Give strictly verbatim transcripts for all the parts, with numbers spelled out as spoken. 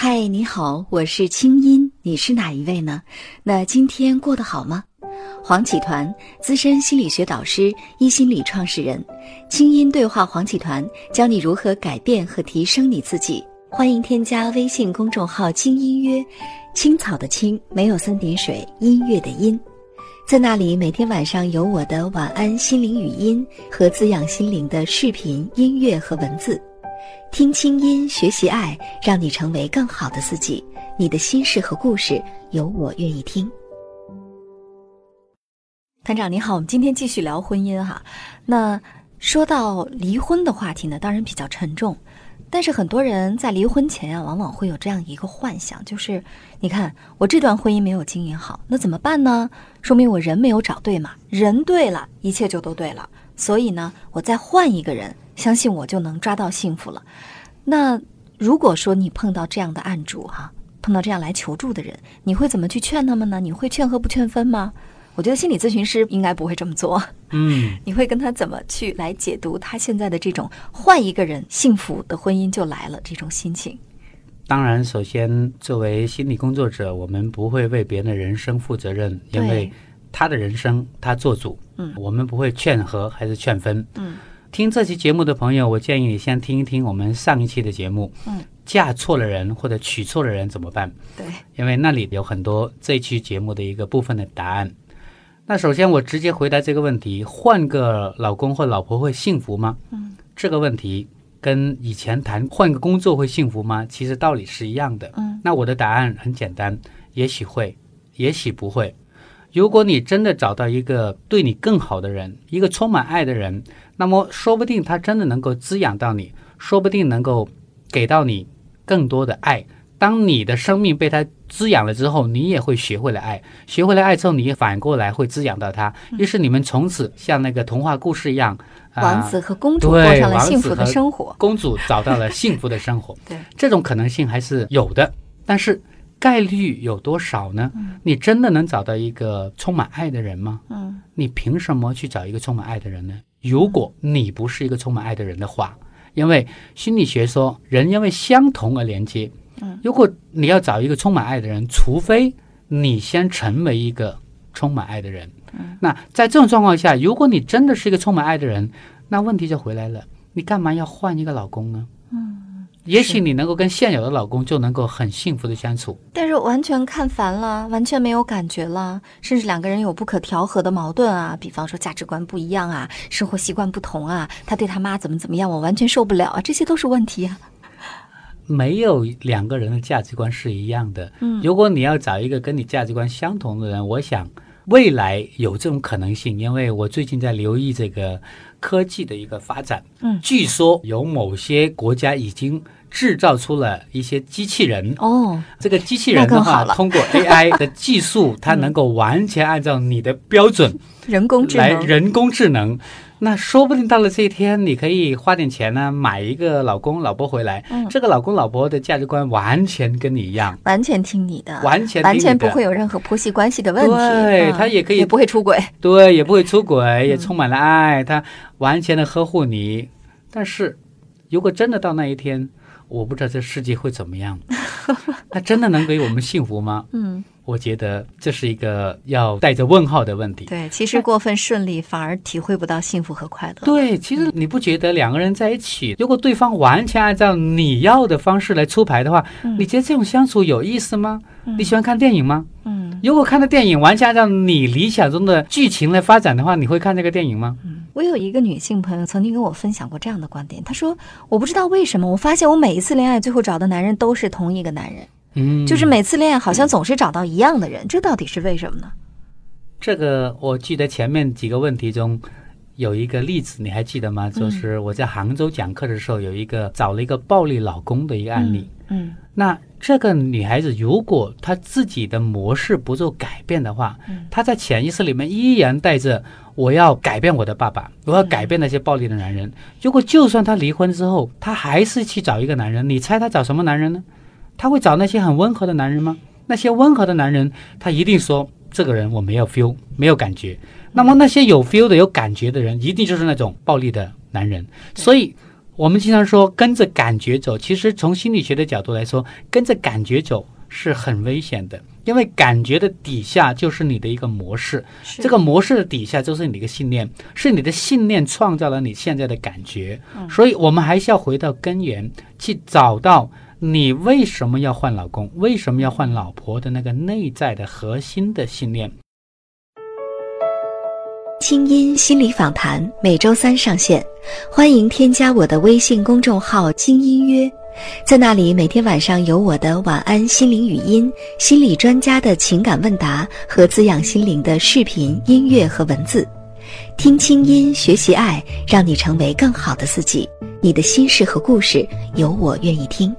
嗨，你好，我是清音，你是哪一位呢？那今天过得好吗？黄启团，资深心理学导师，一心理创始人，清音对话黄启团，教你如何改变和提升你自己。欢迎添加微信公众号清音乐，青草的青，没有三点水，音乐的音。在那里每天晚上有我的晚安心灵语音和滋养心灵的视频、音乐和文字。听清音，学习爱，让你成为更好的自己。你的心事和故事，有我愿意听。团长你好，我们今天继续聊婚姻哈。那说到离婚的话题呢，当然比较沉重，但是很多人在离婚前啊，往往会有这样一个幻想，就是你看我这段婚姻没有经营好，那怎么办呢？说明我人没有找对嘛，人对了，一切就都对了。所以呢，我再换一个人，相信我就能抓到幸福了。那如果说你碰到这样的案主哈、啊，碰到这样来求助的人，你会怎么去劝他们呢？你会劝和不劝分吗？我觉得心理咨询师应该不会这么做。 嗯， 你会跟他怎么去来解读他现在的这种换一个人，幸福的婚姻就来了这种心情？ 当然，首先作为心理工作者，我们不会为别人的人生负责任，因为他的人生他做主。嗯，我们不会劝和还是劝分。嗯，听这期节目的朋友，我建议你先听一听我们上一期的节目。嗯，嫁错了人或者娶错了人怎么办？ 对， 因为那里有很多这一期节目的一个部分的答案。那首先我直接回答这个问题，换个老公或老婆会幸福吗？嗯，这个问题跟以前谈换个工作会幸福吗？其实道理是一样的。嗯，那我的答案很简单，也许会，也许不会。如果你真的找到一个对你更好的人，一个充满爱的人，那么说不定他真的能够滋养到你，说不定能够给到你更多的爱。当你的生命被他滋养了之后，你也会学会了爱，学会了爱之后，你也反过来会滋养到他。于是你们从此像那个童话故事一样， 呃、王子和公主过上了幸福的生活， 公主找到了幸福的生活。 对， 这种可能性还是有的，但是概率有多少呢？嗯、你真的能找到一个充满爱的人吗？嗯，你凭什么去找一个充满爱的人呢？如果你不是一个充满爱的人的话，因为心理学说人因为相同而连接。如果你要找一个充满爱的人，除非你先成为一个充满爱的人。那在这种状况下，如果你真的是一个充满爱的人，那问题就回来了，你干嘛要换一个老公呢？嗯，也许你能够跟现有的老公就能够很幸福的相处， 但是完全看烦了，完全没有感觉了，甚至两个人有不可调和的矛盾啊，比方说价值观不一样啊，生活习惯不同啊，他对他妈怎么怎么样，我完全受不了啊，这些都是问题啊。 没有两个人的价值观是一样的。嗯，如果你要找一个跟你价值观相同的人，我想未来有这种可能性，因为我最近在留意这个科技的一个发展。嗯，据说有某些国家已经制造出了一些机器人。哦，这个机器人的话，通过 A I 的技术，它能够完全按照你的标准人工智能来人工智能。那说不定到了这一天，你可以花点钱呢，买一个老公老婆回来。嗯，这个老公老婆的价值观完全跟你一样， 完全听你的， 完全听你的， 完全不会有任何婆媳关系的问题。 对， 嗯、 他也可以， 也不会出轨， 对，也不会出轨，也充满了爱，他完全的呵护你。但是，如果真的到那一天，我不知道这世界会怎么样，他真的能给我们幸福吗？嗯。我觉得这是一个要带着问号的问题。 对，其实过分顺利反而体会不到幸福和快乐。 对，其实你不觉得两个人在一起，如果对方完全按照你要的方式来出牌的话，嗯、你觉得这种相处有意思吗？嗯、你喜欢看电影吗？嗯，如果看的电影完全按照你理想中的剧情来发展的话，你会看这个电影吗？ 嗯，我有一个女性朋友曾经跟我分享过这样的观点，她说我不知道为什么，我发现我每一次恋爱最后找的男人都是同一个男人。嗯，就是每次恋爱好像总是找到一样的人，这到底是为什么呢？ 这个我记得前面几个问题中有一个例子，你还记得吗？就是我在杭州讲课的时候，有一个找了一个暴力老公的一个案例。嗯，嗯那这个女孩子如果她自己的模式不做改变的话，嗯、她在潜意识里面依然带着我要改变我的爸爸，我要改变那些暴力的男人。嗯、如果就算她离婚之后，她还是去找一个男人，你猜她找什么男人呢？他会找那些很温和的男人吗？那些温和的男人，他一定说这个人我没有 feel， 没有感觉。那么那些有 feel 的、有感觉的人，一定就是那种暴力的男人。所以我们经常说跟着感觉走，其实从心理学的角度来说，跟着感觉走是很危险的，因为感觉的底下就是你的一个模式，这个模式的底下就是你的一个信念，是你的信念创造了你现在的感觉、嗯、所以我们还是要回到根源，去找到你为什么要换老公，为什么要换老婆的那个内在的核心的信念。 清音心理访谈每周三上线，欢迎添加我的微信公众号清音约，在那里每天晚上有我的晚安心灵语音、心理专家的情感问答和滋养心灵的视频、音乐和文字。听清音，学习爱，让你成为更好的自己。你的心事和故事，有我愿意听。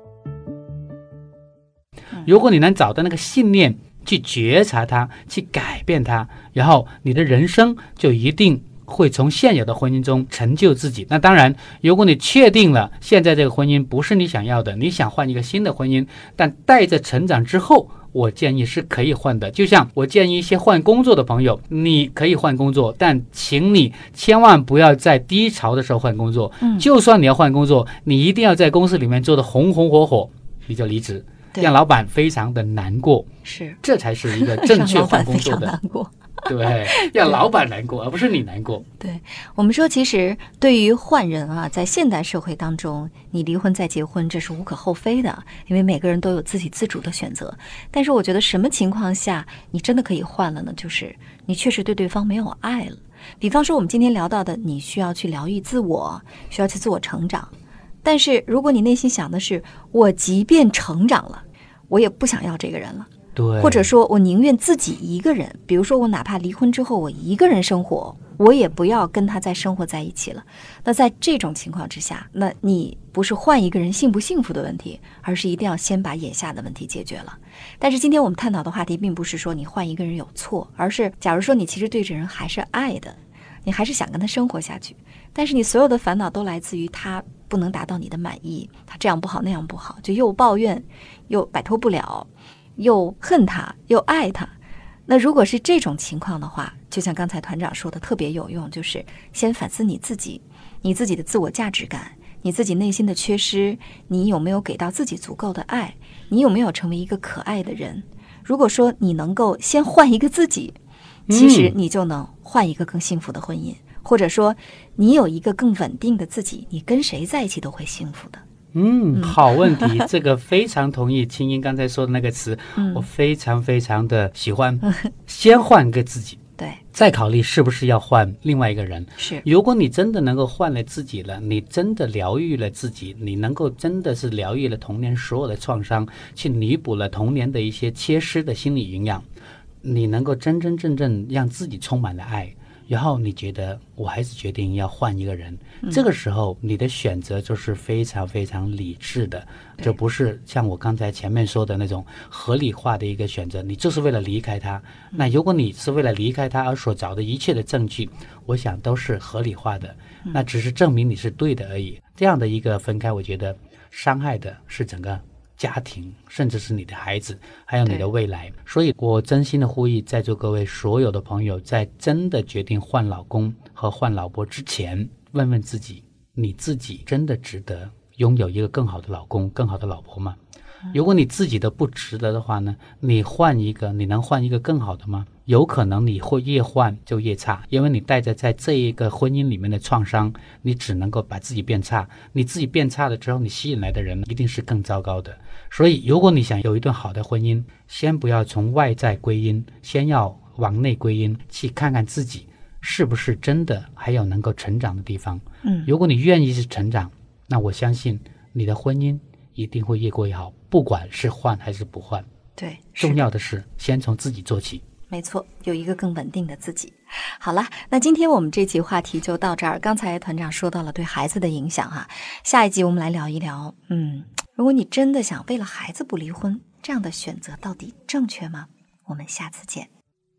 如果你能找到那个信念，去觉察它，去改变它，然后你的人生就一定会从现有的婚姻中成就自己。那当然，如果你确定了现在这个婚姻不是你想要的，你想换一个新的婚姻，但带着成长之后，我建议是可以换的。就像我建议一些换工作的朋友，你可以换工作，但请你千万不要在低潮的时候换工作、嗯、就算你要换工作，你一定要在公司里面做得红红火火，你就离职，让老板非常的难过，是，这才是一个正确换工作的。难过，对，让老板难过，而不是你难过。 对，我们说，其实对于换人啊，在现代社会当中，你离婚再结婚，这是无可厚非的，因为每个人都有自己自主的选择。但是，我觉得什么情况下你真的可以换了呢？就是你确实对对方没有爱了。比方说，我们今天聊到的，你需要去疗愈自我，需要去自我成长。但是如果你内心想的是我即便成长了，我也不想要这个人了，对，或者说我宁愿自己一个人，比如说我哪怕离婚之后我一个人生活，我也不要跟他再生活在一起了。那在这种情况之下，那你不是换一个人幸不幸福的问题，而是一定要先把眼下的问题解决了。但是今天我们探讨的话题并不是说你换一个人有错，而是假如说你其实对这人还是爱的，你还是想跟他生活下去，但是你所有的烦恼都来自于他不能达到你的满意，他这样不好那样不好，就又抱怨又摆脱不了，又恨他又爱他。那如果是这种情况的话，就像刚才团长说的特别有用，就是先反思你自己，你自己的自我价值感，你自己内心的缺失，你有没有给到自己足够的爱，你有没有成为一个可爱的人。如果说你能够先换一个自己，其实你就能换一个更幸福的婚姻、嗯、或者说你有一个更稳定的自己，你跟谁在一起都会幸福的。 嗯，好问题，这个非常同意青音刚才说的那个词、嗯、我非常非常的喜欢。先换个自己，对，再考虑是不是要换另外一个人。是，如果你真的能够换了自己了，你真的疗愈了自己，你能够真的是疗愈了童年所有的创伤，去弥补了童年的一些缺失的心理营养，你能够真真正正让自己充满了爱，然后你觉得我还是决定要换一个人、嗯、这个时候你的选择就是非常非常理智的，就不是像我刚才前面说的那种合理化的一个选择，你就是为了离开他、嗯、那如果你是为了离开他而所找的一切的证据，我想都是合理化的、嗯、那只是证明你是对的而已。这样的一个分开，我觉得伤害的是整个家庭，甚至是你的孩子，还有你的未来。所以我真心的呼吁在座各位所有的朋友，在真的决定换老公和换老婆之前，问问自己，你自己真的值得拥有一个更好的老公更好的老婆吗？如果你自己的不值得的话呢，你换一个，你能换一个更好的吗？有可能你会越换就越差，因为你带着在这一个婚姻里面的创伤，你只能够把自己变差，你自己变差了之后，你吸引来的人一定是更糟糕的。所以如果你想有一段好的婚姻，先不要从外在归因，先要往内归因，去看看自己是不是真的还有能够成长的地方。嗯，如果你愿意去成长，那我相信你的婚姻一定会越过越好，不管是换还是不换。对，重要的是先从自己做起。没错，有一个更稳定的自己。好了，那今天我们这期话题就到这儿。刚才团长说到了对孩子的影响哈，下一集我们来聊一聊，嗯，如果你真的想为了孩子不离婚，这样的选择到底正确吗？我们下次见。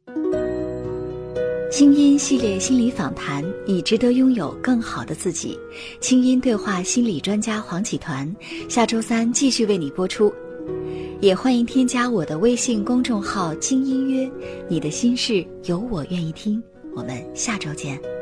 清音系列心理访谈，你值得拥有更好的自己。清音对话心理专家黄启团，下周三继续为你播出。也欢迎添加我的微信公众号“轻音约”，你的心事有我愿意听。我们下周见。